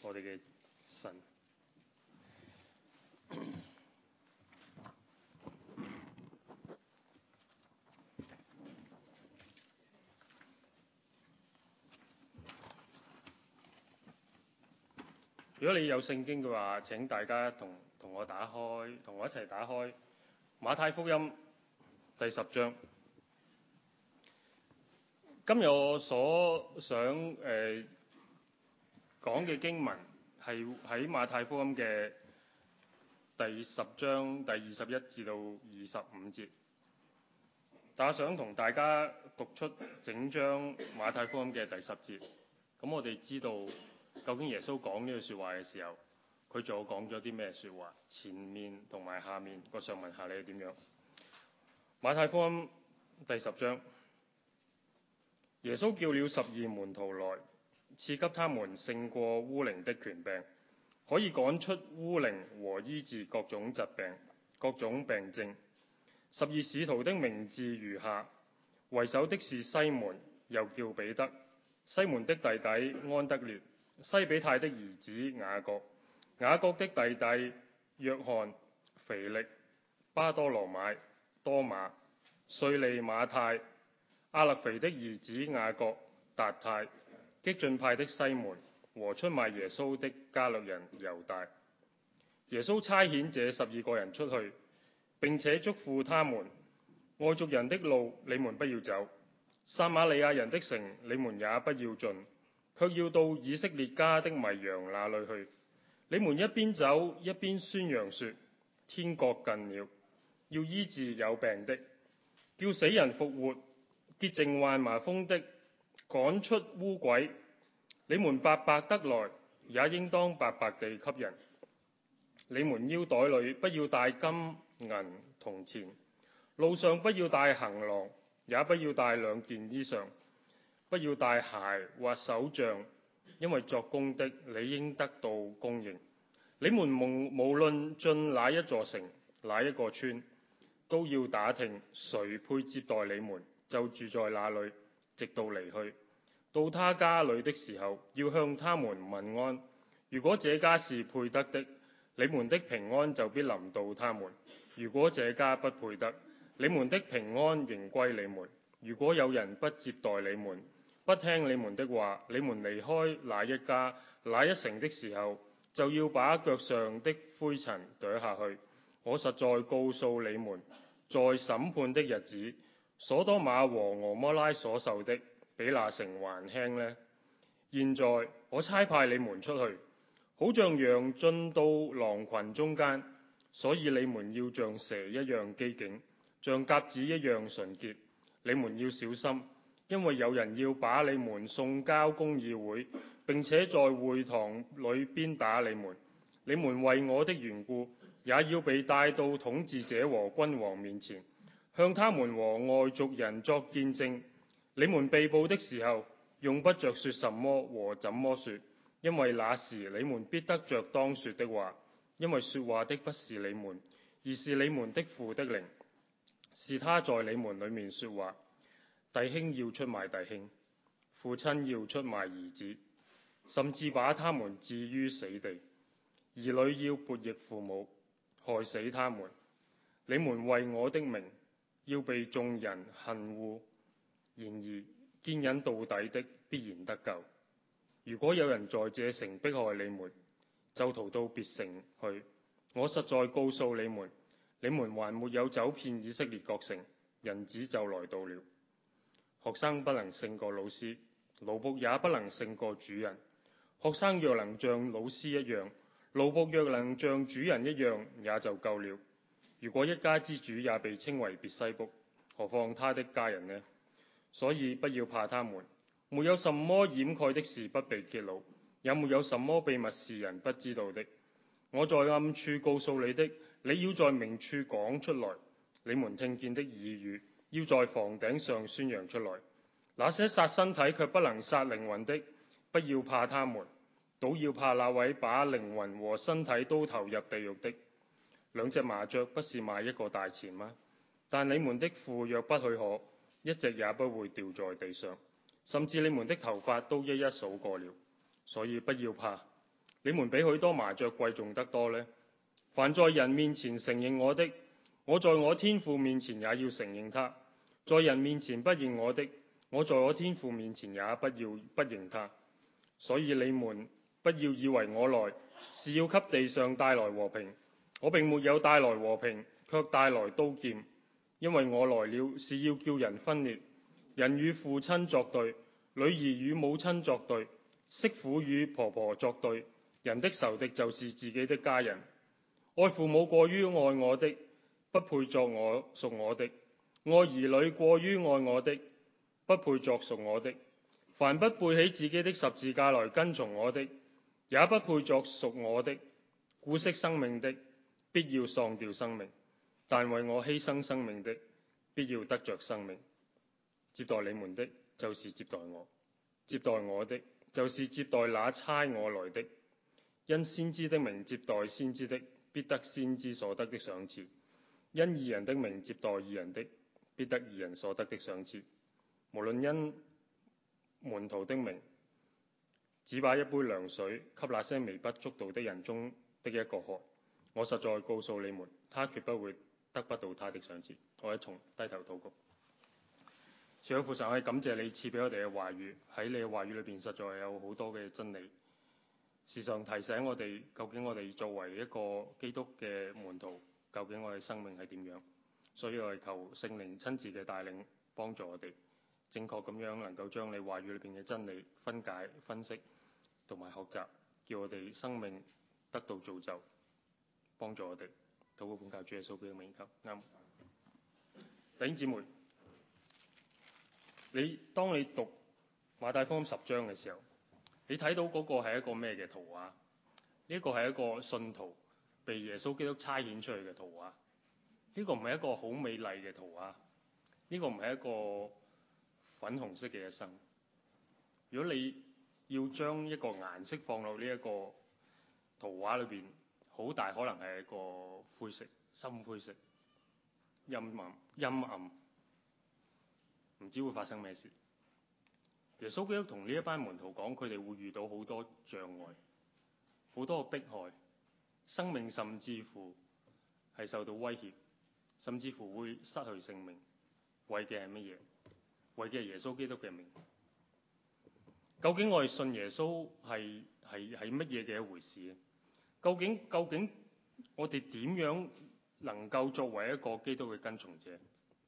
我哋嘅神。如果你有聖經嘅話，請大家同我一齊打開馬太福音第10章。今日我所想講嘅經文係喺馬太福音嘅第10章第21至到25節，但我想同大家讀出整章馬太福音嘅第10節。咁我哋知道究竟耶穌講呢句説話嘅時候，佢仲有講咗啲咩説話？前面同埋下面個上文下理係點樣？馬太福音第10章，耶穌叫了12門徒來，賜給他們勝過污靈的權柄，可以趕出污靈和醫治各種疾病、各種病症。12使徒的名字如下：為首的是西門，又叫彼得；西門的弟弟安德烈，西比泰的兒子雅各，雅各的弟弟約翰、腓力、巴多羅買、多馬、稅吏馬太、亞勒腓的兒子雅各、達太、激進派的西門和出賣耶穌的加略人猶大。耶穌差遣這12個人出去，並且囑咐他們：外族人的路你們不要走，撒瑪利亞人的城你們也不要進，卻要到以色列家的迷羊那裏去。你們一邊走一邊宣揚說：天國近了。要醫治有病的，叫死人復活，潔淨患麻風的，趕出污鬼。你們白白得來，也應當白白地給人。你們腰袋裏不要帶金銀銅錢，路上不要帶行囊，也不要帶2件衣裳，不要帶鞋或手杖，因為作工的理應得到供應。你們無論進哪一座城，哪一個村，都要打聽誰配接待你們，就住在那裏，直到離去。到他家裏的時候，要向他們問安。如果這家是配得的，你們的平安就必臨到他們；如果這家不配得，你們的平安仍歸你們。如果有人不接待你們，不聽你們的話，你們離開那一家那一城的時候，就要把腳上的灰塵跺下去。我實在告訴你們，在審判的日子，所多瑪和蛾摩拉所受的，比那城還輕呢。現在我差派你們出去，好像羊進到狼群中間，所以你們要像蛇一樣機警，像鴿子一樣純潔。你們要小心，因為有人要把你們送交公議會，並且在會堂裏鞭打你們。你們為我的緣故，也要被帶到統治者和君王面前，向他們和外族人作見證。你們被捕的時候，用不着說什麼和怎麼說，因為那時你們必得着當說的話。因為說話的不是你們，而是你們的父的靈，是他在你們裏面說話。弟兄要出賣弟兄，父親要出賣兒子，甚至把他們置於死地。兒女要悖逆父母，害死他們。你們為我的名要被眾人恨惡，然而堅忍到底的必然得救。如果有人在這城迫害你們，就逃到別城去。我實在告訴你們，你們還沒有走遍以色列各城，人子就來到了。學生不能勝過老師，奴僕也不能勝過主人。學生若能像老師一樣，奴僕若能像主人一樣，也就夠了。如果一家之主也被稱為別西卜，何況他的家人呢？所以不要怕他們。沒有什麼掩蓋的事不被揭露，也沒有什麼秘密是人不知道的。我在暗處告訴你的，你要在明處講出來。你們聽見的耳語，要在房頂上宣揚出來。那些殺身體卻不能殺靈魂的，不要怕他們，倒要怕那位把靈魂和身體都投入地獄的。2隻麻雀不是賣1個大錢嗎？但你們的父若不許可，一隻也不會掉在地上，甚至你們的頭髮都一一數過了。所以不要怕， 你們比許多麻雀貴重得多呢？凡在人面前承認我的，我在我天父面前也要承認他；在人面前不認我的，我在我天父面前也不認他。所以你們不要以為我來是要給地上帶來和平，我並沒有帶來和平，卻帶來刀劍。因為我來了是要叫人分裂，人與父親作對，女兒與母親作對，媳婦與婆婆作對。人的仇敵就是自己的家人。愛父母過於愛我的，不配作屬我的；愛兒女過於愛我的，不配作屬我的。凡不背起自己的十字架來跟從我的，也不配作屬我的。顧惜生命的，必要喪掉生命；但為我犧牲生命的，必要得着生命。接待你們的，就是接待我；接待我的，就是接待那差我來的。因先知的名接待先知的，必得先知所得的賞賜；因義人的名接待義人的，必得義人所得的賞賜。無論因門徒的名，只把一杯涼水給那些微不足道的人中的一個喝，我實在告訴你們，他決不會得不到他的賞賜。我一同低頭禱告。主啊，父神，我哋感謝你賜俾我哋嘅話語，喺你嘅話語裏邊實在有好多嘅真理，時常提醒我哋究竟我哋作為一個基督嘅門徒，究竟我哋生命係點樣。所以我哋求聖靈親自嘅帶領，幫助我哋正確咁樣能夠將你話語裏邊嘅真理分解、分析同埋學習，叫我哋生命得到造就，幫助我哋。禱告本教主耶穌基督名求，啱。弟兄姊妹，當你讀馬太福音10章嘅時候，你睇到嗰個係一個咩嘅圖畫？呢個係一個信徒被耶穌基督差遣出去嘅圖畫。呢個唔係一個好美麗嘅圖畫，呢個唔係一個粉紅色嘅一生。如果你要將一個顏色放落呢一個圖畫裏邊，好大可能係一個灰色、深灰色、陰暗，唔知會發生咩事。耶穌基督同呢一班門徒講，佢哋會遇到好多障礙，好多迫害，生命甚至乎係受到威脅，甚至乎會失去性命。為嘅係乜嘢？為嘅係耶穌基督嘅名。究竟我哋信耶穌係乜嘢嘅一回事？究竟我哋點樣能夠作為一個基督嘅跟從者？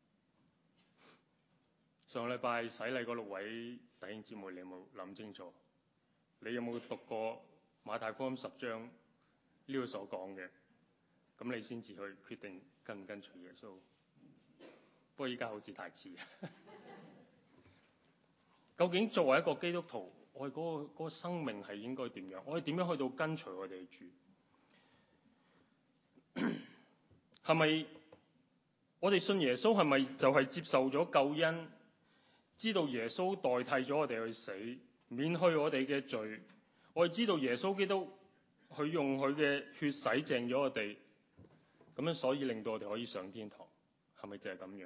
上個禮拜洗禮嗰6位弟兄姊妹，你有冇諗清楚？你有冇讀過馬太福音10章呢個所講嘅？咁你先至去決定跟唔跟隨耶穌。不過依家好似太遲。究竟作為一個基督徒，我哋嗰個生命係應該點樣？我哋點樣去到跟隨我哋嘅主？係咪我哋信耶穌係咪就係接受咗救恩，知道耶穌代替咗我哋去死，免去我哋嘅罪？我哋知道耶穌基督佢用佢嘅血洗淨咗我哋，咁樣所以令到我哋可以上天堂，係咪就係咁樣？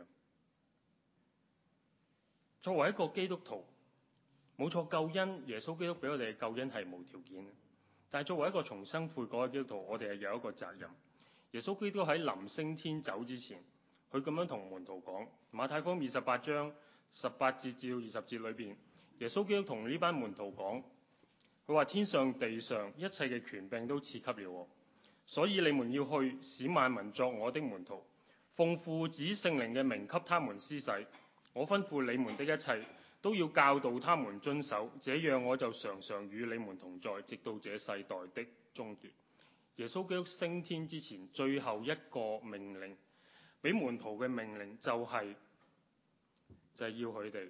作為一個基督徒，冇錯，救恩耶穌基督俾我哋嘅救恩係無條件嘅，但係作為一個重生悔改嘅基督徒，我哋係有一個責任。耶穌基督喺臨升天走之前，佢咁樣同門徒講，馬太福音28章18節至到20節裏邊，耶穌基督同呢班門徒講，佢話天上地上一切嘅權柄都賜給了我，所以你們要去，使萬民作我的門徒，奉父子聖靈嘅名給他們施洗。我吩咐你們的一切都要教導他們遵守，這樣我就常常與你們同在，直到這世代的終結。耶穌基督升天之前最後一個命令，俾門徒嘅命令就係要佢哋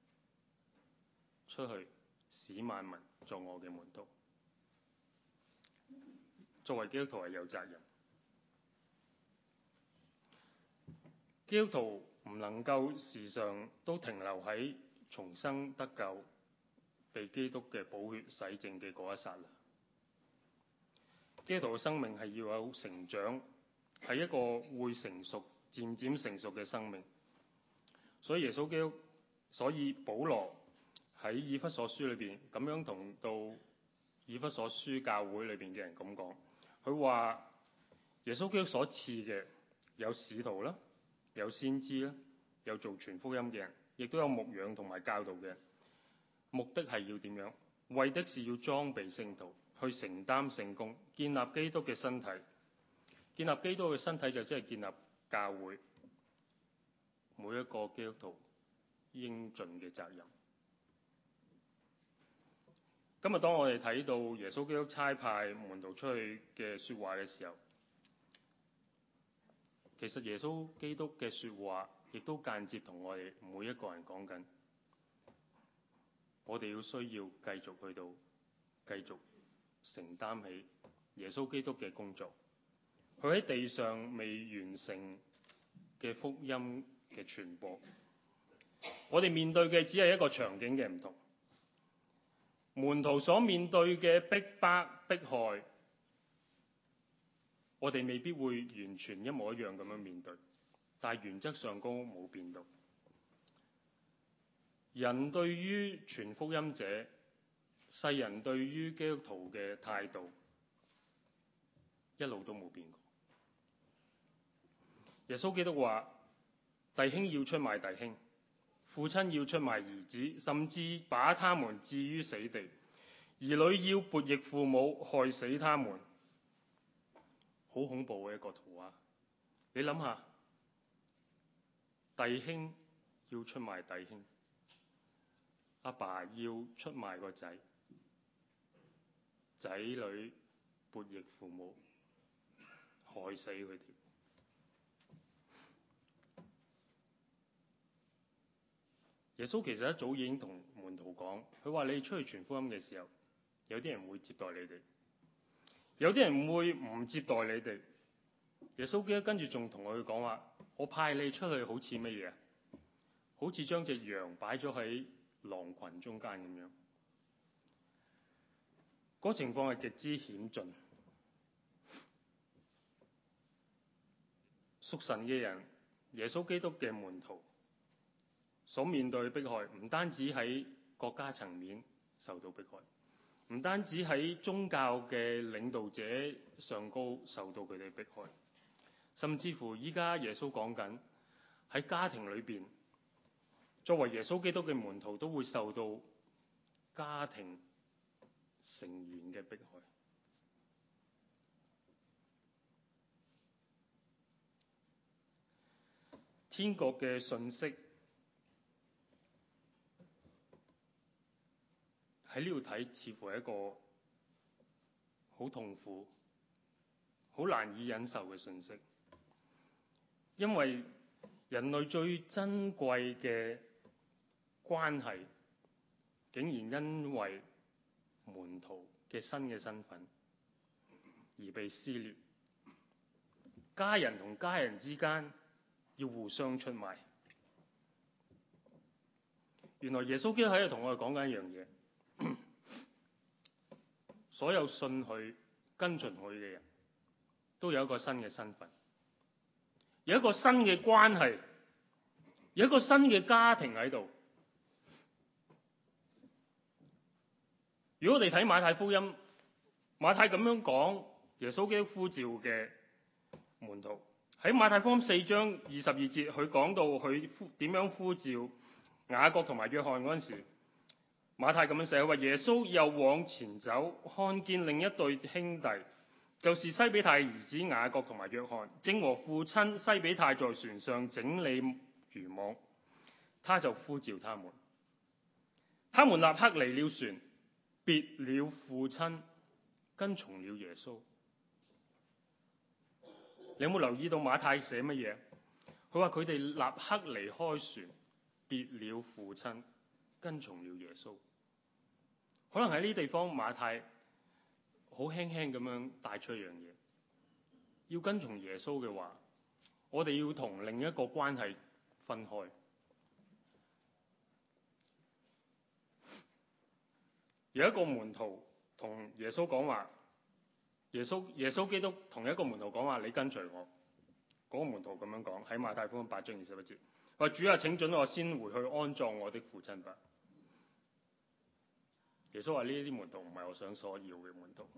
出去使萬民作我嘅門徒。作為基督徒係有責任，基督徒唔能夠時常都停留喺重生得救、被基督嘅寶血洗淨嘅嗰一剎那。基督徒嘅生命係要有成長，係一個會成熟、漸漸成熟嘅生命。所以保羅喺以弗所書裏邊咁樣同到以弗所書教會裏邊嘅人咁講，佢話耶穌基督所賜嘅有使徒啦，有先知啦，有做傳福音嘅人，亦都有牧養同埋教導嘅人。目的係要點樣？為的是要裝備聖徒，去承擔聖工，建立基督嘅身體。建立基督嘅身體就即係建立教會，每一個基督徒應盡嘅責任。今日當我哋睇到耶穌基督差派門徒出去嘅說話嘅時候，其實耶穌基督嘅說話亦都間接同我哋每一個人講緊，我哋要需要繼續去到繼續承擔起耶穌基督嘅工作，佢喺地上未完成嘅福音嘅傳播。我哋面對嘅只係一個場景嘅唔同，門徒所面對嘅逼迫迫害，我哋未必會完全一模一樣咁樣面對，但係原則上都冇變到。人對於傳福音者，世人對於基督徒嘅態度，一路都冇變過。耶穌基督話：弟兄要出賣弟兄，父親要出賣兒子，甚至把他們置於死地；兒女要悖逆父母，害死他們。好恐怖嘅一個圖畫。你諗下，弟兄要出賣弟兄，阿爸要出賣個仔，仔女悖逆父母，害死佢哋。耶穌其實一早已經同門徒講，佢話你出去傳福音嘅時候，有啲人會接待你哋，有啲人會唔接待你哋。耶穌基督跟住仲同佢講話：我派你出去好似乜嘢？好似將隻羊擺咗喺狼群中間咁樣。嗰情況係極之險峻。屬神嘅人，耶穌基督嘅門徒所面對迫害，唔單止喺國家層面受到迫害，唔單止喺宗教嘅領導者上高受到佢哋迫害，甚至乎依家耶穌講緊喺家庭裏邊，作為耶穌基督嘅門徒都會受到家庭成員嘅迫害。天國嘅信息喺呢度睇，似乎係一個好痛苦、好難以忍受嘅信息，因為人類最珍貴嘅關係，竟然因為門徒嘅新嘅身份而被撕裂。家人同家人之間要互相出賣。原來耶穌基督喺度同我哋講緊一樣嘢。所有信佢跟隨佢嘅人都有一個新嘅身份，有一個新嘅關係，有一個新嘅家庭喺度。如果我哋睇馬太福音，馬太咁樣講耶穌基督呼召嘅門徒，喺馬太福音4章22節，佢講到佢點樣呼召雅各同埋約翰嗰陣時，馬太咁樣寫，話耶穌又往前走，看見另一對兄弟，就是西比泰兒子雅各同埋約翰，正和父親西比泰在船上整理漁網，他就呼召他們。他們立刻離了船，別了父親，跟從了耶穌。你有冇留意到馬太寫乜嘢？佢話佢哋立刻離開船，別了父親，跟從了耶穌。可能喺呢啲地方，馬太好輕輕咁樣帶出一樣嘢，要跟從耶穌嘅話，我哋要同另一個關係分開。有一個門徒同耶穌講話，耶穌基督同一個門徒講話：你跟隨我。嗰個門徒咁樣講，喺馬太福音8章21節，話主啊，請准我先回去安葬我的父親吧。 耶穌話呢啲門徒唔係我想所要嘅門徒。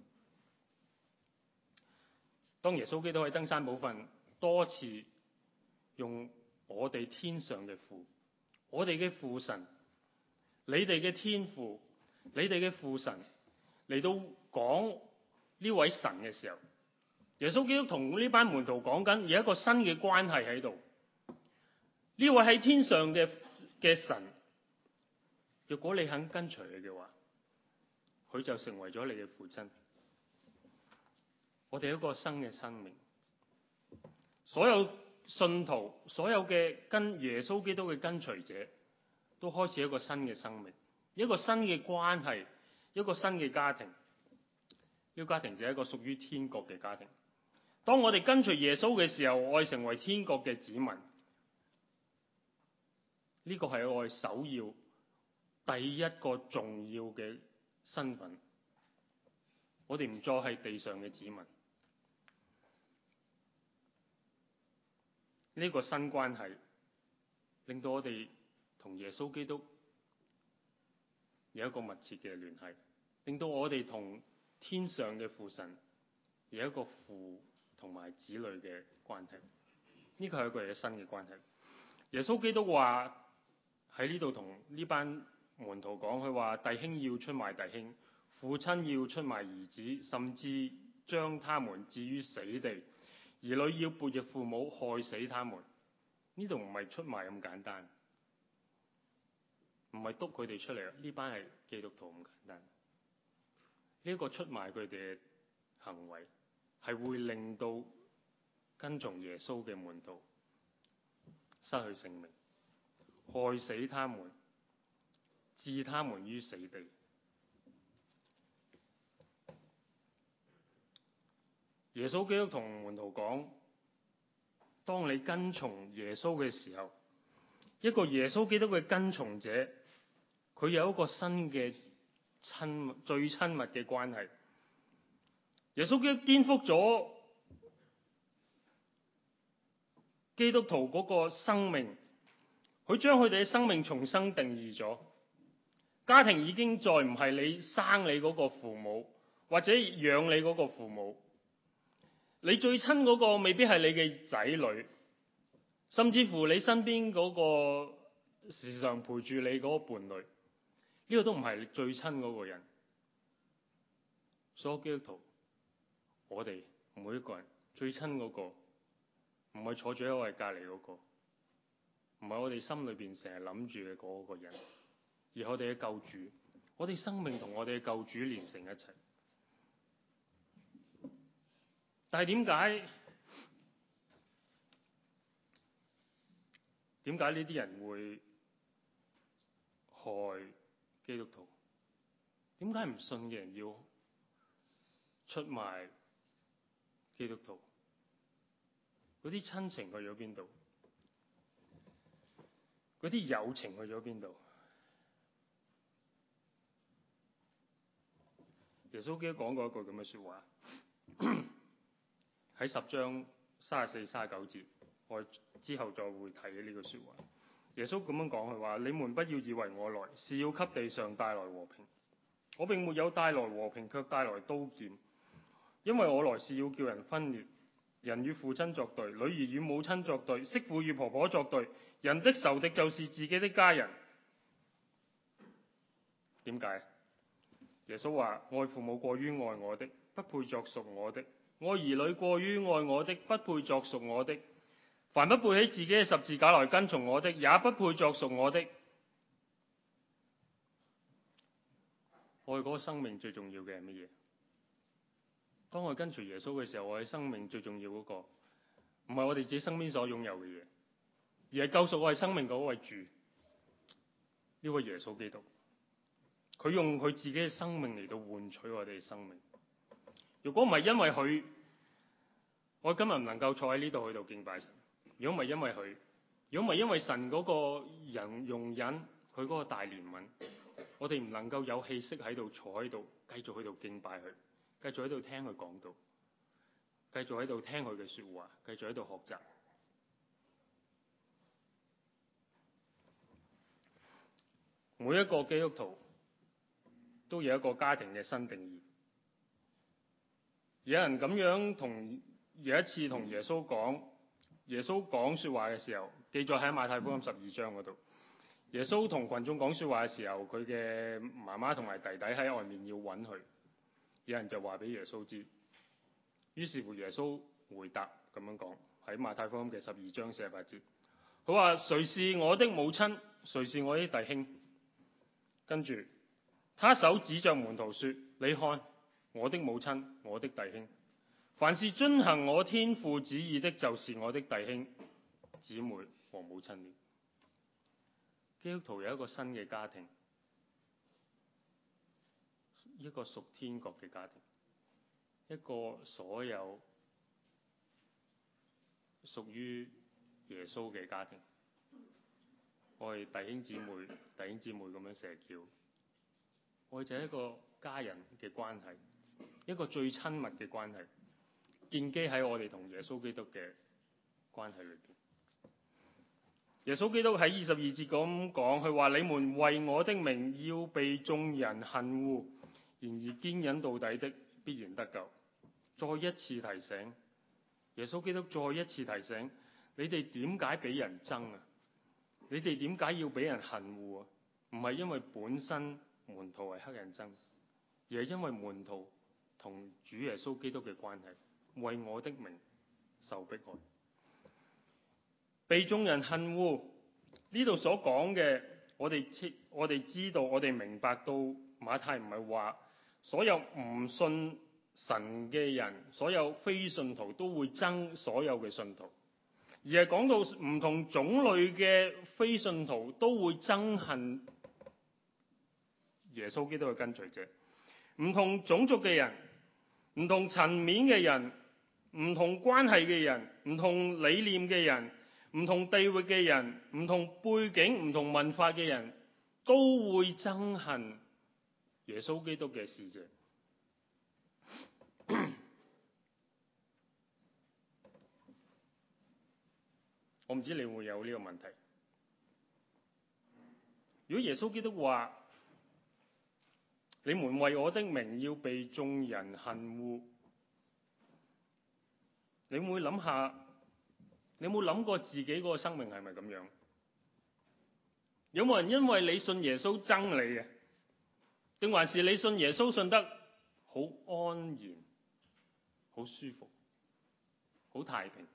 當耶穌基督喺登山寶訓多次用我哋天上嘅父，我哋嘅父神，你哋嘅天父，你哋嘅父神嚟到講呢位神嘅時候，耶穌基督同呢班門徒講緊有一個新嘅關係喺度。呢位喺天上嘅神，如果你肯跟隨佢嘅話，佢就成為咗你嘅父親。我哋有一個新嘅生命，所有信徒，所有嘅跟耶穌基督嘅跟隨者，都開始一個新嘅生命，一個新嘅關係，一個新嘅家庭。呢個家庭就係一個屬於天國嘅家庭。當我哋跟隨耶穌嘅時候，我哋成為天國嘅子民。呢個係我哋首要第一個重要嘅身份。我哋唔再係地上嘅子民。呢個新關係令到我哋同耶穌基督有一個密切嘅聯繫，令到我哋同天上嘅父神有一個父同埋子女嘅關係。呢個係一個新嘅關係。耶穌基督話喺呢度同呢班門徒講，佢話弟兄要出賣弟兄，父親要出賣兒子，甚至將他們置於死地。兒女要悖逆父母，害死他們。呢度唔係出賣咁簡單，唔係督佢哋出嚟。呢班係基督徒咁簡單。呢一個出賣佢哋嘅行為，係會令到跟從耶穌嘅門徒失去性命，害死他們，置他們於死地。耶穌基督同門徒講，當你跟從耶穌嘅時候，一個耶穌基督嘅跟從者，佢有一個新嘅最親密嘅關係。耶穌基督顛覆咗基督徒嗰個生命，佢將佢哋嘅生命重新定義咗。家庭已經再唔係你生你嗰個父母，或者養你嗰個父母。你最親嗰個未必係你嘅仔女，甚至乎你身邊嗰個時常陪住你嗰個伴侶，呢個都唔係你最親嗰個人。所有基督徒，我哋每一個人最親嗰個，唔係坐住喺我哋隔離嗰個，唔係我哋心裏邊成日諗住嘅嗰個人，而係我哋嘅救主。我哋生命同我哋嘅救主連成一齊。但係點解呢啲人會害基督徒？點解唔信嘅人要出賣基督徒？嗰啲親情去咗邊度？嗰啲友情去咗邊度？耶穌基督講過一句咁嘅說話，喺10章34、39節，我之後再會睇呢句說話。耶穌咁樣講，佢話：你們不要以為我來是要給地上帶來和平，我並沒有帶來和平，卻帶來刀劍。因為我來是要叫人分裂，人與父親作對，女兒與母親作對，媳婦與婆婆作對。人的仇敵就是自己的家人。點解？耶穌話：愛父母過於愛我的，不配作屬我的；愛兒女過於愛我的，不配作屬我的。凡不背起自己嘅十字架來跟從我的，也不配作屬我的。我哋嗰個生命最重要嘅係乜嘢？當我跟隨耶穌嘅時候，我哋生命最重要嗰個，唔係我哋自己身邊所擁有嘅嘢，而係救贖我哋生命嗰位主，呢位耶穌基督。佢用佢自己嘅生命嚟到換取我哋嘅生命。如果唔係因為佢，我今日唔能夠坐喺呢度去到敬拜神。如果唔係因為佢，如果唔係因為神嗰個人容忍，佢嗰個大憐憫，我哋唔能夠有氣息喺度坐喺度，繼續喺度敬拜佢，繼續喺度聽佢講道，繼續喺度聽佢嘅說話，繼續喺度學習。每一個基督徒都有一個家庭嘅新定義。有人咁樣有一次同耶穌講，耶穌講説話嘅時候，記載喺馬太福音12章嗰度。耶穌同群眾講説話嘅時候，佢嘅媽媽同埋弟弟喺外面要揾佢，有人就話俾耶穌知。於是乎耶穌回答咁樣講，喺馬太福音嘅12章48節，佢話：誰是我的母親？誰是我的弟兄？跟住他手指着門徒說：你看，我的母親，我的弟兄。凡是遵行我天父旨意的，就是我的弟兄、姊妹和母親了。基督徒有一個新嘅家庭，一個屬天國嘅家庭，一個所有屬於耶穌嘅家庭。我哋弟兄姊妹咁樣成日叫，我哋就係一個家人嘅關係，一個最親密嘅關係，建基喺我哋同耶穌基督嘅關係裏邊。耶穌基督喺22節咁講，佢話：你們為我的名要被眾人恨惡，然而堅忍到底的必然得救。再一次提醒，耶穌基督再一次提醒你哋點解俾人憎啊？你哋點解要俾人恨惡啊？唔係因為本身門徒係乞人憎，而係因為門徒同主耶穌基督嘅關係，為我的名受迫害，被眾人恨惡。呢度所講嘅，我哋知道，我哋明白到馬太唔係話所有唔信神嘅人，所有非信徒都會憎所有嘅信徒，而係講到唔同種類嘅非信徒都會憎恨耶穌基督嘅跟隨者。唔同種族嘅人，唔同層面嘅人，唔同關係嘅人，唔同理念嘅人，唔同地域嘅人，唔同背景、唔同文化嘅人，都會憎恨耶穌基督嘅使者。我唔知你會唔會有呢個問題。如果耶穌基督話：你們為我的名要被眾人恨惡，你會諗下，你有冇諗過自己嗰個生命係咪咁樣？有冇人因為你信耶穌憎你嘅？定還是你信耶穌信得好安然、好舒服、好太平？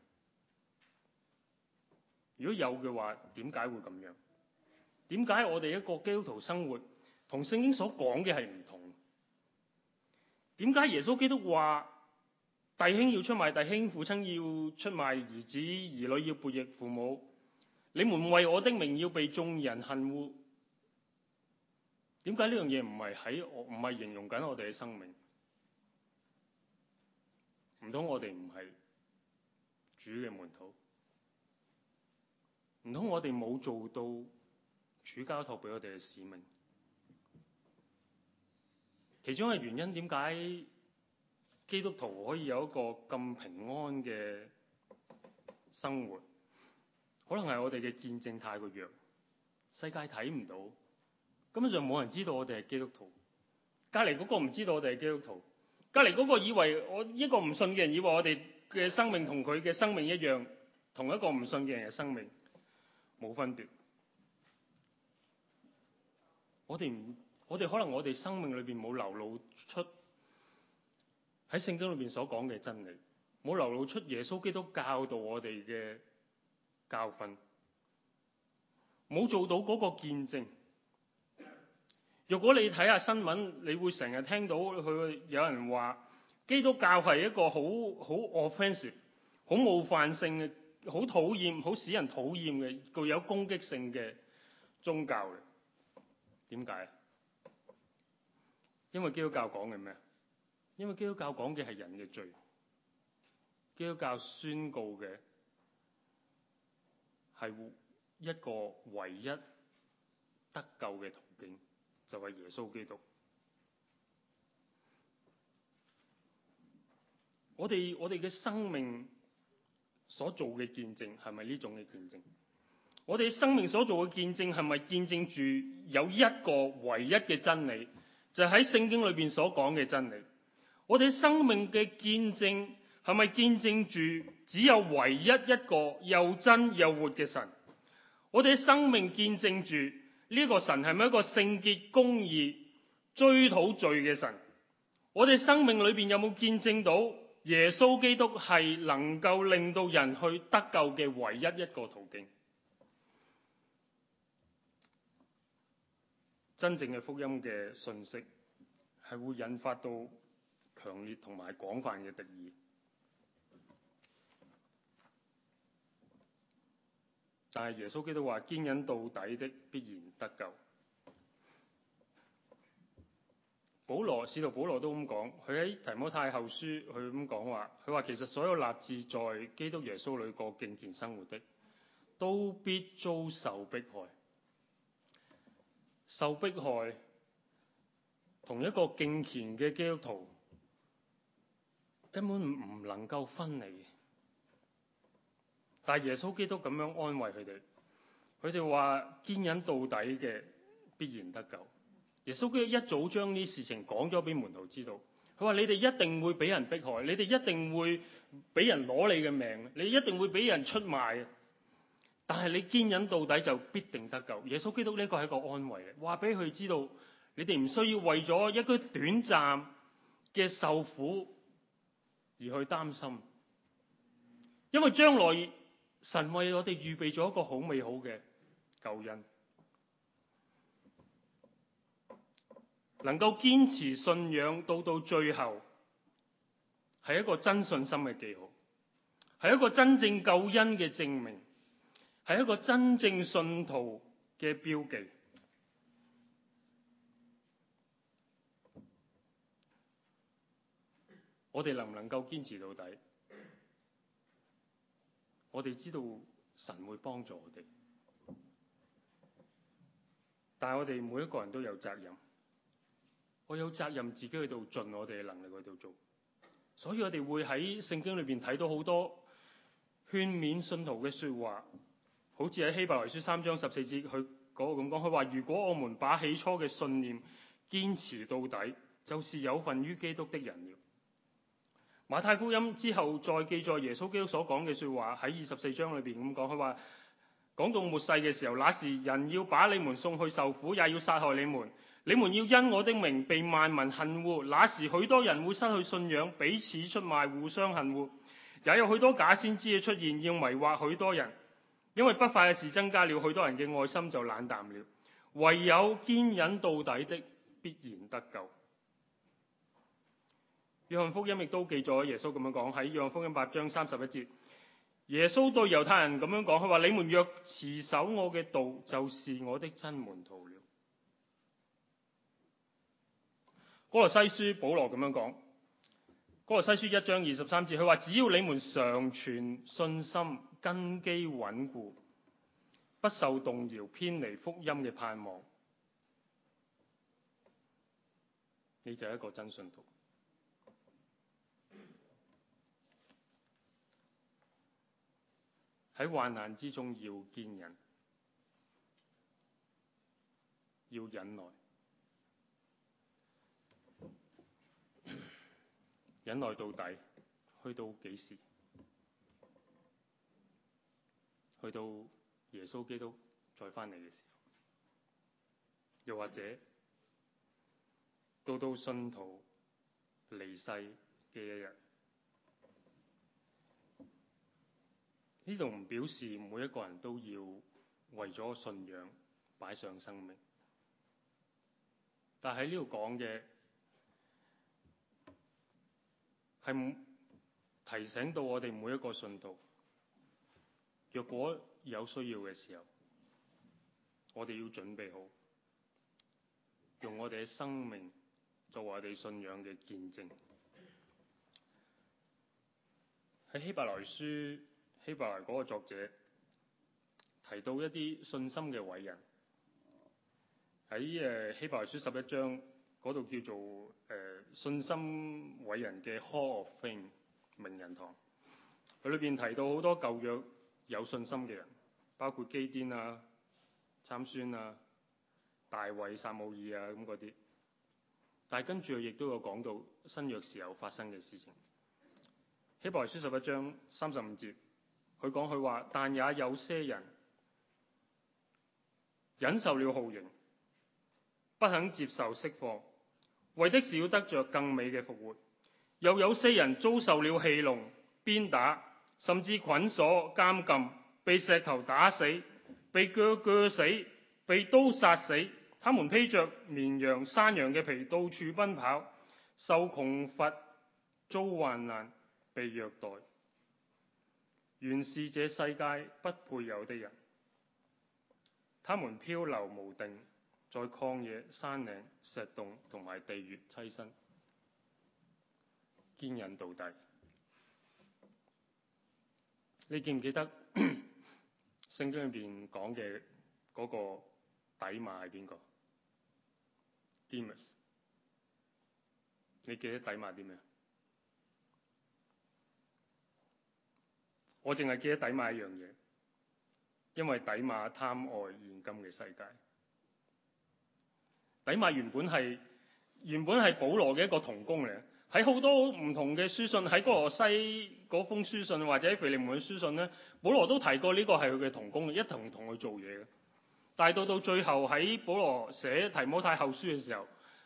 如果有嘅話，點解會咁樣？點解我哋一個基督徒生活同聖經所講嘅係唔同？點解耶穌基督話弟兄要出賣弟兄，父親要出賣兒子，兒女要背逆父母？你們為我的名要被眾人恨惡。點解呢樣嘢唔係形容緊我哋嘅生命？唔通我哋唔係主嘅門徒？唔通我哋冇做到主交託俾我哋嘅使命？其中嘅原因，點解基督徒可以有一個咁平安嘅生活？可能係我哋嘅見證太過弱，世界睇唔到，根本上冇人知道我哋係基督徒。隔離嗰個唔知道我哋係基督徒，隔離嗰個以為一個唔信嘅人以為我哋嘅生命同佢嘅生命一樣，同一個唔信嘅人嘅生命冇分別。我哋可能我哋生命裏邊冇流露出喺聖經裏邊所講嘅真理，冇流露出耶穌基督教導我哋嘅教訓，冇做到嗰個見證。如果你睇下新聞，你會成日聽到佢有人話基督教係一個好 offensive、好冒犯性嘅、好討厭、好使人討厭嘅、具有攻擊性嘅宗教嘅。點解？因為基督教講嘅咩？因為基督教講嘅係人嘅罪。基督教宣告嘅係一個唯一得救嘅途徑，就係耶穌基督。我哋嘅生命所做嘅見證係咪呢種嘅見證？我哋生命所做嘅見證係咪見證住有一個唯一嘅真理， 就係喺聖經裏邊所講嘅真理。我哋生命嘅見證係咪見證住只有唯一一個又真又活嘅神？我哋生命見證住呢個神係咪一個聖潔公義追討罪嘅神？我哋生命裏邊有冇見證到耶穌基督係能夠令到人去得救嘅唯一一個途徑？真正嘅福音嘅信息係會引發到強烈同埋廣泛嘅敵意，但係耶穌基督話：堅忍到底的必然得救。使徒保羅都咁講，佢喺提摩太後書佢咁講話，佢話其實所有立志在基督耶穌裏過敬虔生活的，都必遭受迫害。受迫害同一個敬虔嘅基督徒根本唔能夠分離，但係耶穌基督咁樣安慰佢哋，佢哋話堅忍到底嘅必然得救。耶穌基督一早將呢事情講咗俾門徒知道，佢話你哋一定會俾人迫害，你哋一定會俾人攞你嘅命，你一定會俾人出賣，但係你堅忍到底就必定得救。耶穌基督呢個係一個安慰嚟，話俾佢知道你哋唔需要為咗一個短暫嘅受苦而去擔心，因為將來神為我哋預備咗一個好美好嘅救恩。能夠堅持信仰到最後，係一個真信心嘅記號，係一個真正救恩嘅證明，係一個真正信徒嘅標記。我哋能唔能夠堅持到底？我哋知道神會幫助我哋，但係我哋每一個人都有責任。我有責任自己去到盡我哋嘅能力去到做，所以我哋會喺聖經裏邊睇到好多勸勉信徒嘅說話，好似喺希伯來書3章14節佢嗰個咁講，佢話如果我們把起初嘅信念堅持到底，就是有份於基督的人了。馬太福音之後再記載耶穌基督所講嘅說話，喺24章裏邊咁講，佢話講到末世嘅時候，那時人要把你們送去受苦，也要殺害你們。你們要因我的名被萬民恨惡，那時許多人會失去信仰，彼此出賣，互相恨惡。也有許多假先知嘅出現，要迷惑許多人。因為不快嘅事增加了，許多人嘅愛心就冷淡了。唯有堅忍到底的，必然得救。約翰福音亦都記載耶穌咁樣講，喺約翰福音8章31節，耶穌對猶太人咁樣講，佢話你們若持守我嘅道，就是我的真門徒了。哥羅西書保羅咁樣講，哥羅西書1章23節，佢話只要你們常存信心，根基穩固，不受動搖，偏離福音嘅盼望，你就係一個真信徒。喺患難之中要堅忍，要忍耐。忍耐到底，去到幾時？去到耶穌基督再返嚟嘅時候，又或者到信徒離世嘅一日。呢度唔表示每一個人都要為咗信仰擺上生命，但喺呢度講嘅係提醒到我哋每一個信徒，若果有需要嘅時候，我哋要準備好，用我哋嘅生命作為我哋信仰嘅見證。喺希伯來嗰個作者提到一啲信心嘅偉人，喺希伯來書11章嗰度叫做信心偉人嘅 Hall of Fame 名人堂，佢裏邊提到好多舊約有信心嘅人，包括基甸啊、參孫啊、大衛、撒母耳啊咁嗰啲。 但係跟住佢亦都有講到新約時候發生嘅事情。希伯來書11章35節，佢話，但也有些人忍受了酷刑，不肯接受釋放，為的是要得着更美嘅復活。又有些人遭受了戲弄、鞭打，甚至捆鎖、監禁，被石頭打死，被鋸死，被刀殺死。他們披着綿羊、山羊嘅皮，到處奔跑，受窮乏、遭患難、被虐待，原是這世界不配有的人。他們漂流無定，在曠野、山嶺、石洞同埋地穴棲身，堅忍到底。你記唔記得聖經裏邊講嘅嗰個底馬係邊個？ Demas。 你記得底馬啲咩？我淨係記得底馬一樣嘢，因為底馬貪愛現今嘅世界。底馬原本係保羅嘅一個同工嚟，喺好多唔同嘅書信，喺哥羅西嗰封書信或者腓利門嘅書信呢，保羅都提過呢個係佢嘅同工，一同佢做嘢嘅。但係到最後喺保羅寫提摩太後書嘅時候，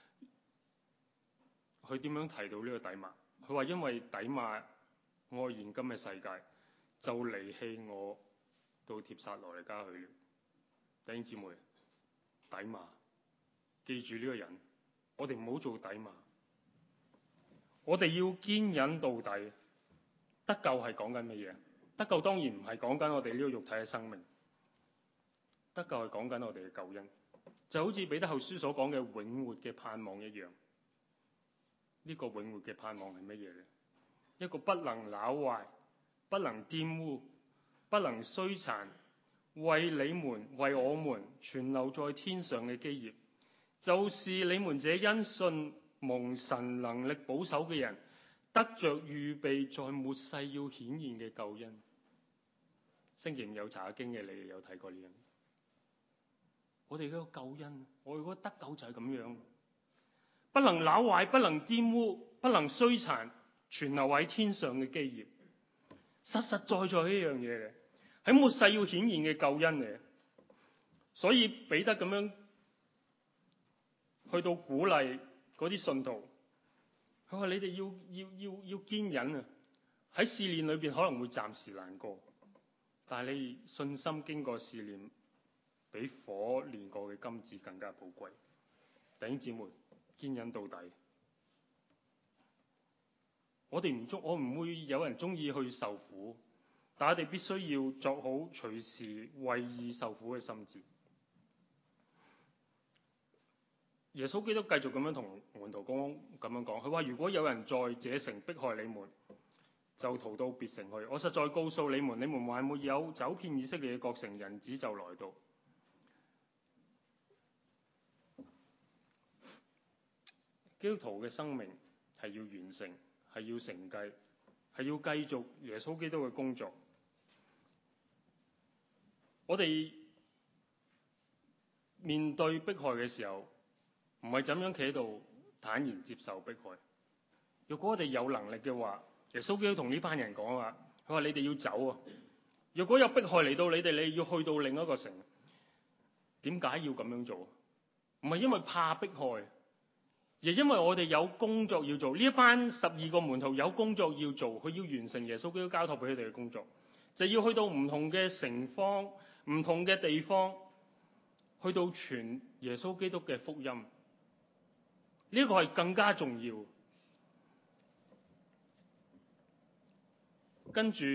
佢點樣提到呢個底馬？佢話因為底馬愛現今嘅世界，就離棄我到帖撒羅尼迦去了。弟兄姊妹，底馬，記住呢個人，我哋唔好做底馬，我哋要堅忍到底。得救係講緊乜嘢？得救當然唔係講緊我哋呢個肉體嘅生命，得救係講緊我哋嘅救恩，就好似彼得後書所講嘅永活嘅盼望一樣。呢個永活嘅盼望係乜嘢呢？一個不能朽壞、不能玷污、不能衰殘，為你們、為我們存留在天上嘅基業，就是你們這因信蒙神能力保守嘅人，得着預備在末世要顯現嘅救恩。星期五有查經嘅，你哋有睇過呢樣？我哋嗰個救恩，我哋嗰個得救就係咁樣，不能朽壞、不能玷污、不能衰殘，存留喺天上嘅基業，實實在在一樣嘢嘅，喺末世要顯現嘅救恩嚟。所以彼得咁樣去到鼓勵嗰啲信徒，佢話你哋要堅忍啊！喺試煉裏邊可能會暫時難過，但係你信心經過試煉，比火煉過嘅金子更加寶貴。弟兄姊妹，堅忍到底。我唔會有人中意去受苦，但我哋必須要作好隨時為義受苦嘅心志。耶穌基督繼續咁樣同門徒咁樣講，佢話如果有人在這城迫害你們，就逃到別城去。我實在告訴你們，你們還沒有走遍以色列嘅各城，人子就來到。基督徒嘅生命係要完成，係要承繼，係要繼續耶穌基督嘅工作。我哋面對迫害嘅時候，唔係怎樣企喺度坦然接受迫害。如果我哋有能力嘅話，耶穌基督同呢班人講話，佢話你哋要走啊！如果有迫害嚟到你哋，你要去到另一個城。點解要咁樣做？唔係因為怕迫害，而因為我哋有工作要做。呢一班12個門徒有工作要做，佢要完成耶穌基督交託俾佢哋嘅工作，就要去到唔同嘅城方、唔同嘅地方，去到傳耶穌基督嘅福音。呢個係更加重要。跟住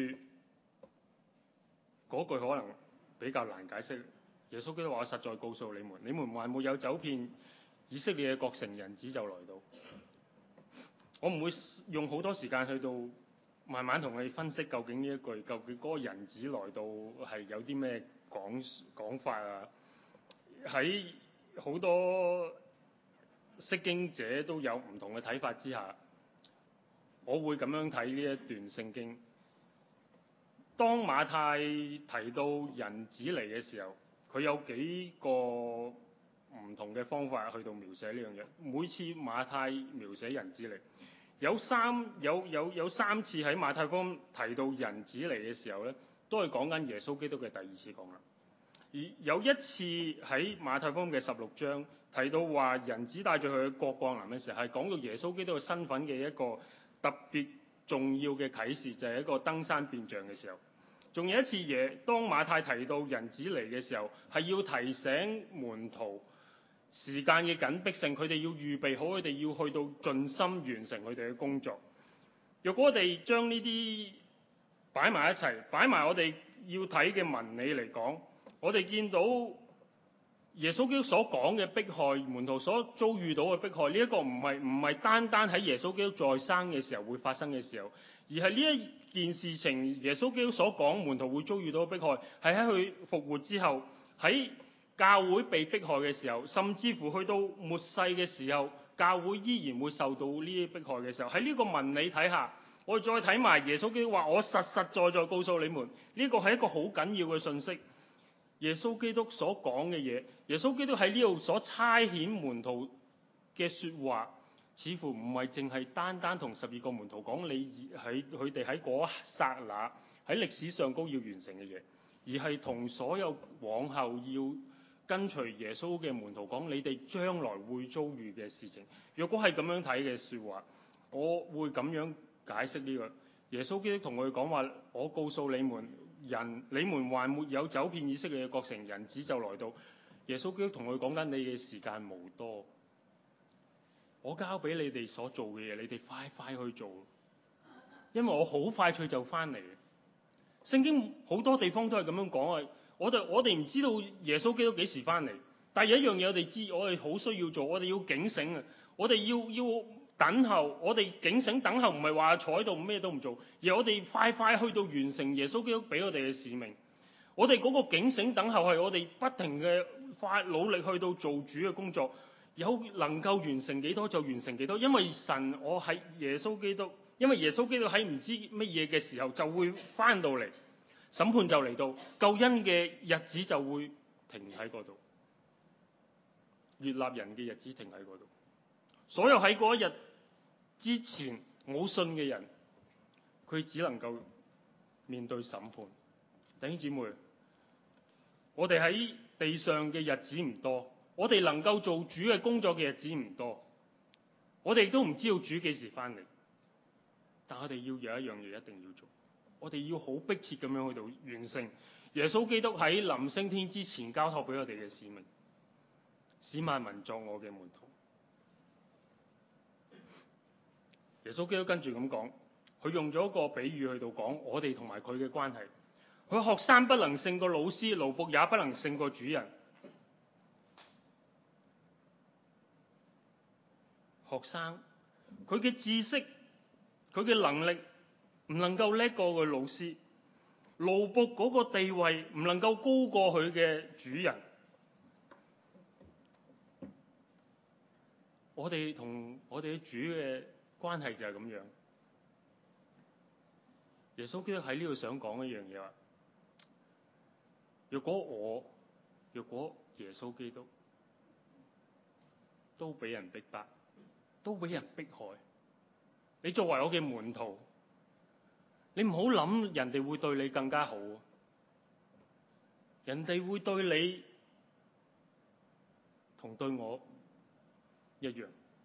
嗰句可能比較難解釋。耶穌基督話：我實在告訴你們，你們還沒有走遍以色列嘅各城，人子就來到。我唔會用好多時間去到慢慢同你分析究竟呢一句，究竟嗰個人子來到係有啲咩講法啊？喺好多釋經者都有唔同嘅睇法之下，我會咁樣睇呢一段聖經。當馬太提到人子嚟嘅時候，佢有幾個唔同嘅方法去到描寫呢樣嘢。每次馬太描寫人子嚟，有三次喺馬太福音提到人子嚟嘅時候咧，都係講緊耶穌基督嘅第二次降臨。而有一次喺馬太福音嘅16章提到話人子帶住佢嘅國降臨嘅時候，係講到耶穌基督嘅身份嘅一個特別重要嘅啟示，就係一個登山變像嘅時候。仲有一次當馬太提到人子嚟嘅時候，係要提醒門徒時間嘅緊迫性，佢哋要預備好，佢哋要去到盡心完成佢哋嘅工作。若果我哋將呢啲擺埋一齊，擺埋我哋要睇嘅文理嚟講，我哋見到耶穌基督所講嘅迫害，門徒所遭遇到嘅迫害，呢一個唔係單單喺耶穌基督在生嘅時候會發生嘅時候，而係呢一件事情，耶穌基督所講門徒會遭遇到嘅迫害，係喺佢復活之後，喺教會被迫害嘅時候，甚至乎去到末世嘅時候，教會依然會受到呢啲迫害嘅時候，喺呢個文理睇下，我哋再睇埋耶穌基督話：我實實在在告訴你們，呢個係一個好緊要嘅信息。耶穌基督所講嘅嘢，耶穌基督喺呢度所差遣門徒嘅說話，似乎唔係淨係單單同12個門徒講你喺佢哋喺嗰一剎那喺歷史上高要完成嘅嘢，而係同所有往後要跟隨耶穌嘅門徒講你哋將來會遭遇嘅事情。若果係咁樣睇嘅說話，我會咁樣解釋呢個。耶穌基督同佢講話：我告訴你們，你們還沒有走遍以色列嘅各城，人子就來到。耶穌基督同佢講緊：你嘅時間無多，我交俾你哋所做嘅嘢，你哋快快去做，因為我好快脆就翻嚟。聖經好多地方都係咁樣講啊！我哋唔知道耶穌基督幾時翻嚟，但係有一樣嘢我哋知，我哋好需要做，我哋要警醒啊！我哋要等候，我哋警醒等候，唔係話坐喺度咩都唔做，而我哋快快去到完成耶穌基督俾我哋嘅使命。我哋嗰個警醒等候係我哋不停嘅快努力去到做主嘅工作，有能夠完成幾多就完成幾多，因為神我喺耶穌基督，因為耶穌基督喺唔知乜嘢嘅時候就會翻到嚟，審判就嚟到，救恩嘅日子就會停喺嗰度，悅納人嘅日子停喺嗰度，所有喺嗰一日之前冇信嘅人，佢只能夠面對審判。弟兄姊妹，我哋喺地上嘅日子唔多，我哋能夠做主嘅工作嘅日子唔多，我哋亦都唔知道主幾時翻嚟，但我哋要有一樣嘢一定要做，我哋要好迫切咁樣去到完成耶穌基督喺臨升天之前交託俾我哋嘅使命，使萬民作我嘅門徒。耶穌基督跟住咁講，佢用咗一個比喻去到講我哋同埋佢嘅關係。佢學生不能勝過老師，奴僕也不能勝過主人。學生佢嘅知識，佢嘅能力唔能夠叻過佢老師，奴僕嗰個地位唔能夠高過佢嘅主人。我哋同我哋嘅主嘅關係就係咁樣。耶穌基督喺呢度想講一樣嘢話：若果耶穌基督都俾人逼迫，都俾人迫害，你作為我嘅門徒，你唔好諗人哋會對你更加好，人哋會對你同對我一樣。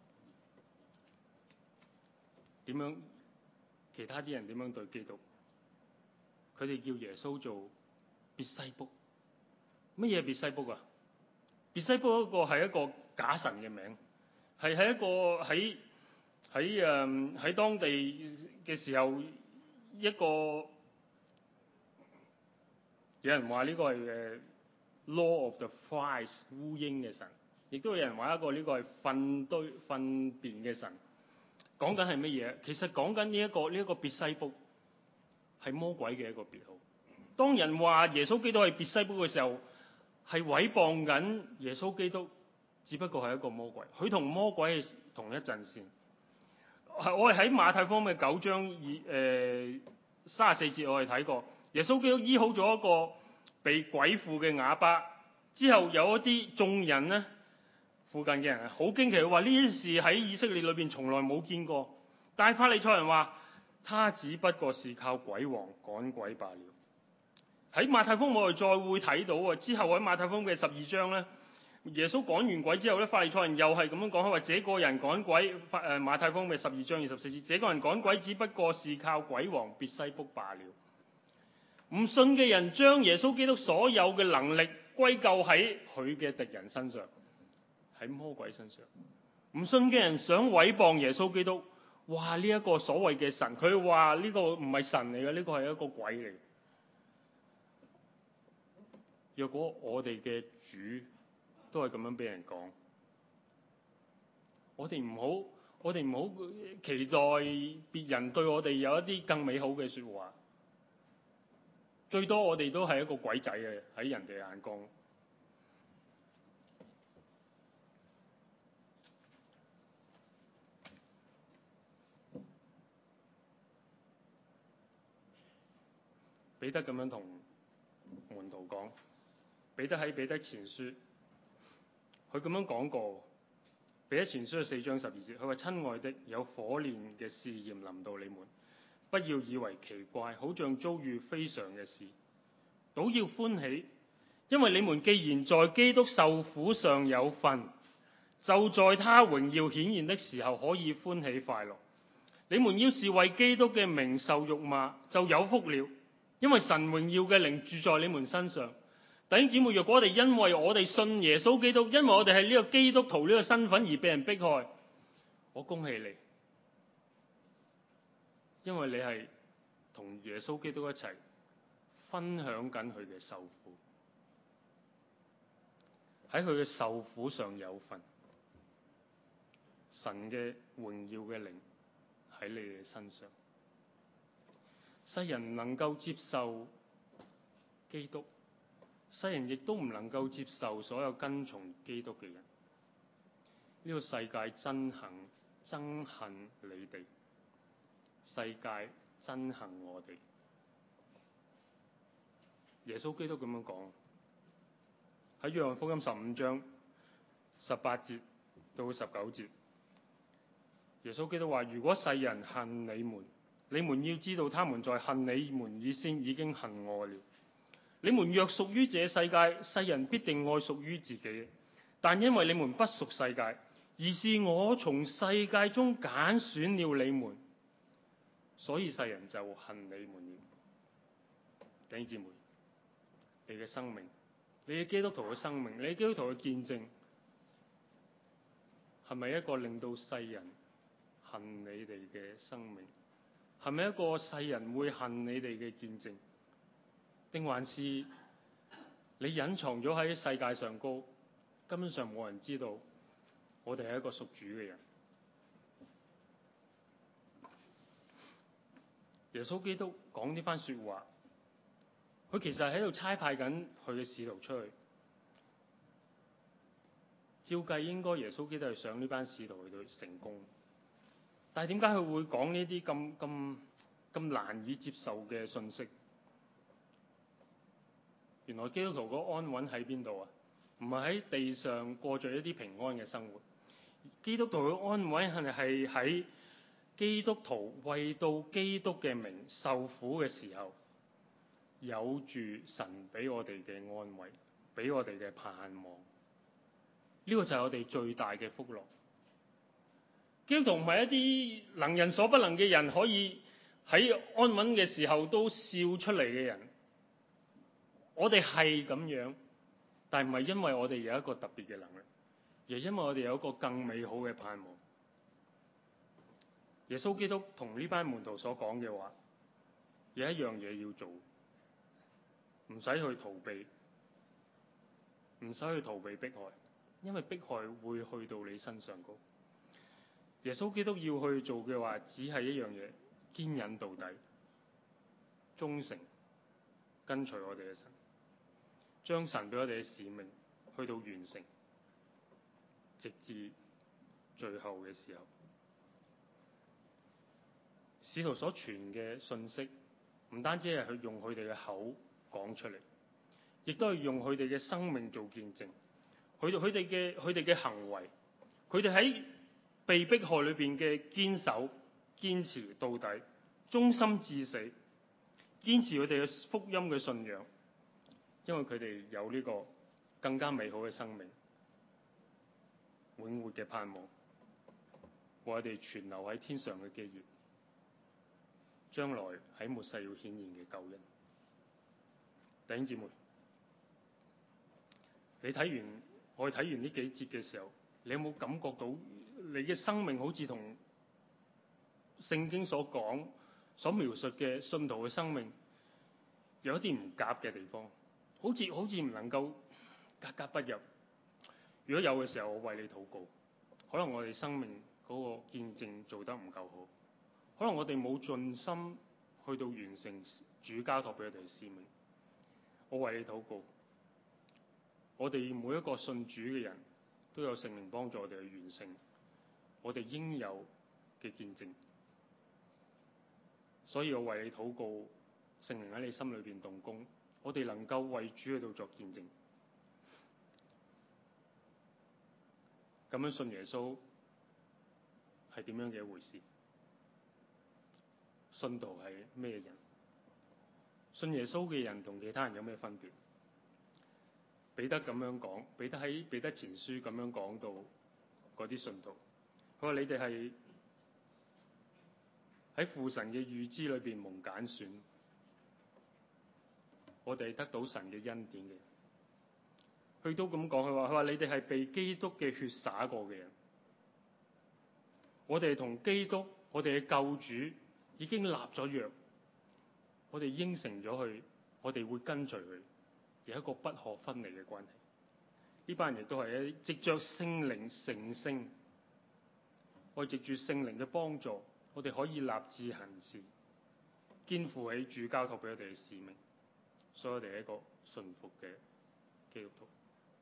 點樣？其他啲人點樣對基督？佢哋叫耶穌做別西卜。乜嘢別西卜啊？別西卜嗰個係一個假神嘅名，係一個喺當地嘅時候，一個有人話呢個係Law of the Flies 烏蠅嘅神，亦都有人話呢個係糞便嘅神。講緊係乜嘢？其實講緊呢一個別西卜係魔鬼嘅一個別號。當人話耶穌基督係別西卜嘅時候，係毀謗緊耶穌基督，只不過係一個魔鬼。佢同魔鬼係同一陣線。我係喺馬太福音嘅9章34節，我係睇過耶穌基督醫好咗一個被鬼附嘅啞巴之後，有一啲眾人呢附近嘅人好驚奇，話呢啲事喺以色列裏邊從來冇見過。但係法利賽人話，他只不過是靠鬼王趕鬼罷了。喺馬太福音我哋再會睇到啊，之後喺馬太福音嘅12章咧，耶穌趕完鬼之後咧，法利賽人又係咁樣講，佢話這個人趕鬼，馬太福音嘅12章24節，這個人趕鬼只不過是靠鬼王別西卜罷了。唔信嘅人將耶穌基督所有嘅能力歸咎喺佢嘅敵人身上，喺魔鬼身上。唔信嘅人想毀謗耶穌基督，哇！呢一個所謂嘅神，佢話呢個唔係神嚟嘅，呢個係一個鬼嚟。若果我哋嘅主都係咁樣俾人講，我哋唔好期待別人對我哋有一啲更美好嘅說話。最多我哋都係一個鬼仔嘅，喺人哋眼光。彼得咁樣同門徒講，彼得喺彼得前書，佢咁樣講過。彼得前書4章12節，佢話：親愛的，有火煉嘅試驗臨到你們，不要以為奇怪，好像遭遇非常嘅事，倒要歡喜，因為你們既然在基督受苦上有份，就在他榮耀顯現的時候可以歡喜快樂。你們要是為基督嘅名受辱罵，就有福了，因為神榮耀嘅靈住在你們身上。弟兄姊妹，若果我哋因為我哋信耶穌基督，因為我哋係呢個基督徒呢個身份而被人迫害，我恭喜你，因為你係同耶穌基督一齊分享緊佢嘅受苦，喺佢嘅受苦上有份。神嘅榮耀嘅靈喺你哋身上。世人能夠接受基督，世人亦都唔能夠接受所有跟從基督嘅人。呢個世界憎恨你哋，世界憎恨我哋。耶穌基督咁樣講，喺約翰福音15章18節到19節，耶穌基督話：如果世人恨你們，你們要知道他們在恨你們以先已經恨我了。你們若屬於這世界，世人必定愛屬於自己。但因為你們不屬世界，而是我從世界中揀選了你們，所以世人就恨你們了。弟兄姊妹，你嘅生命，你嘅基督徒嘅生命，你嘅基督徒嘅見證，係咪一個令到世人恨你哋嘅生命？係咪一個世人會恨你哋嘅見證？定還是你隱藏咗喺世界上高，根本上冇人知道我哋係一個屬主嘅人？耶穌基督講呢番說話，佢其實喺度差派緊佢嘅使徒出去。照計應該耶穌基督係想呢班使徒去到成功，但係點解佢會講呢啲咁難以接受嘅信息？原來基督徒嗰安穩喺邊度啊？唔係喺地上過着一啲平安嘅生活。基督徒嘅安穩係喺基督徒為到基督嘅名受苦嘅時候，有住神俾我哋嘅安慰，俾我哋嘅盼望。呢個就係我哋最大嘅福樂。基督徒唔係一啲能人所不能嘅人，可以喺安穩嘅時候都笑出嚟嘅人。我哋係咁樣，但係唔係因為我哋有一個特別嘅能力，而係因為我哋有一個更美好嘅盼望。耶穌基督同呢班門徒所講嘅話，有一樣嘢要做，唔使去逃避，唔使去逃避迫害，因為迫害會去到你身上高。耶穌基督要去做嘅話，只係一樣嘢：堅忍到底，忠誠，跟隨我哋嘅神。將神俾我哋嘅使命去到完成，直至最後嘅時候。使徒所傳嘅信息，唔單止係去用佢哋嘅口講出嚟，亦都係用佢哋嘅生命做見證。 佢哋嘅行為，佢哋喺被迫害裏邊嘅堅守、堅持到底、忠心至死，堅持佢哋嘅福音嘅信仰，因為佢哋有呢個更加美好嘅生命、永活嘅盼望，為我哋存留喺天上嘅基業，將來喺末世要顯現嘅救恩。弟兄姊妹，我哋睇完呢幾節嘅時候，你有冇感覺到你嘅生命好似同聖經所講、所描述嘅信徒嘅生命有一啲唔夾嘅地方，好似唔能夠格格不入。如果有嘅時候，我為你禱告。可能我哋生命嗰個見證做得唔夠好，可能我哋冇盡心去到完成主交託俾我哋嘅使命。我為你禱告。我哋每一個信主嘅人都有聖靈幫助我哋去完成我哋應有嘅見證。所以我為你禱告，聖靈喺你心裏邊動工，我哋能夠為主去到作見證。咁樣信耶穌係點樣嘅一回事？信徒係咩人？信耶穌嘅人同其他人有咩分別？彼得咁樣講，彼得喺彼得前書咁樣講到嗰啲信徒，佢話你哋係喺父神嘅預知裏邊蒙揀選，我哋得到神嘅恩典嘅。佢都咁講，佢話你哋係被基督嘅血灑過嘅人，我哋同基督，我哋嘅救主已經立咗約，我哋應承咗佢，我哋會跟隨佢，有一個不可分離嘅關係。呢班人亦都係藉着聖靈成聖，我哋藉住聖靈嘅幫助，我哋可以立志行事，肩負起主交託俾我哋嘅使命，所以我哋係一個順服嘅基督徒，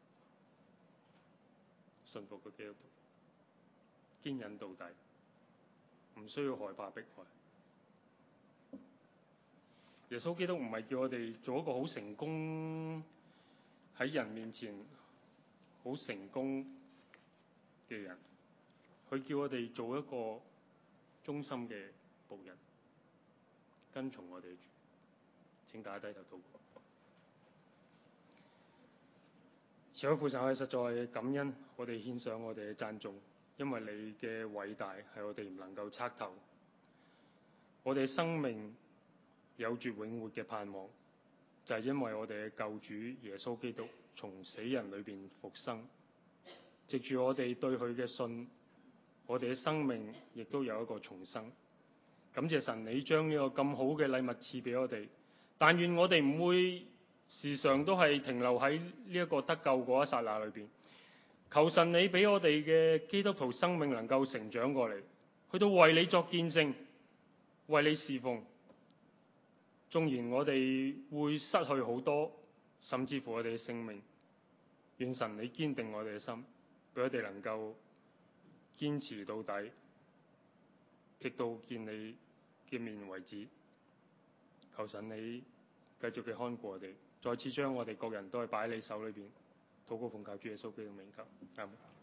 順服嘅基督徒，堅忍到底，唔需要害怕迫害。耶穌基督唔係叫我哋做一個好成功喺人面前好成功嘅人，佢叫我哋做一個忠心嘅僕人，跟從我哋主。請大家低頭禱告。慈愛父神，我哋實在感恩，我哋獻上我哋嘅讚頌，因為你嘅偉大係我哋唔能夠測透。我哋生命有住永活嘅盼望，就係因為我哋嘅救主耶穌基督從死人裏邊復生，藉住我哋對佢嘅信，我哋嘅生命亦都有一個重生。感謝神，你將呢個咁好嘅禮物賜俾我哋，但願我哋唔會時常都係停留喺呢一個得救嗰一剎那裏邊。求神你俾我哋嘅基督徒生命能夠成長過嚟，去到為你作見證，為你侍奉。縱然我哋會失去好多，甚至乎我哋嘅性命，願神你堅定我哋嘅心，俾我哋能夠堅持到底，直到見你嘅面為止。求神你繼續嘅看顧我哋，再次將我哋各人都係擺喺你手裏邊，禱告奉靠主耶穌基督名求，阿們。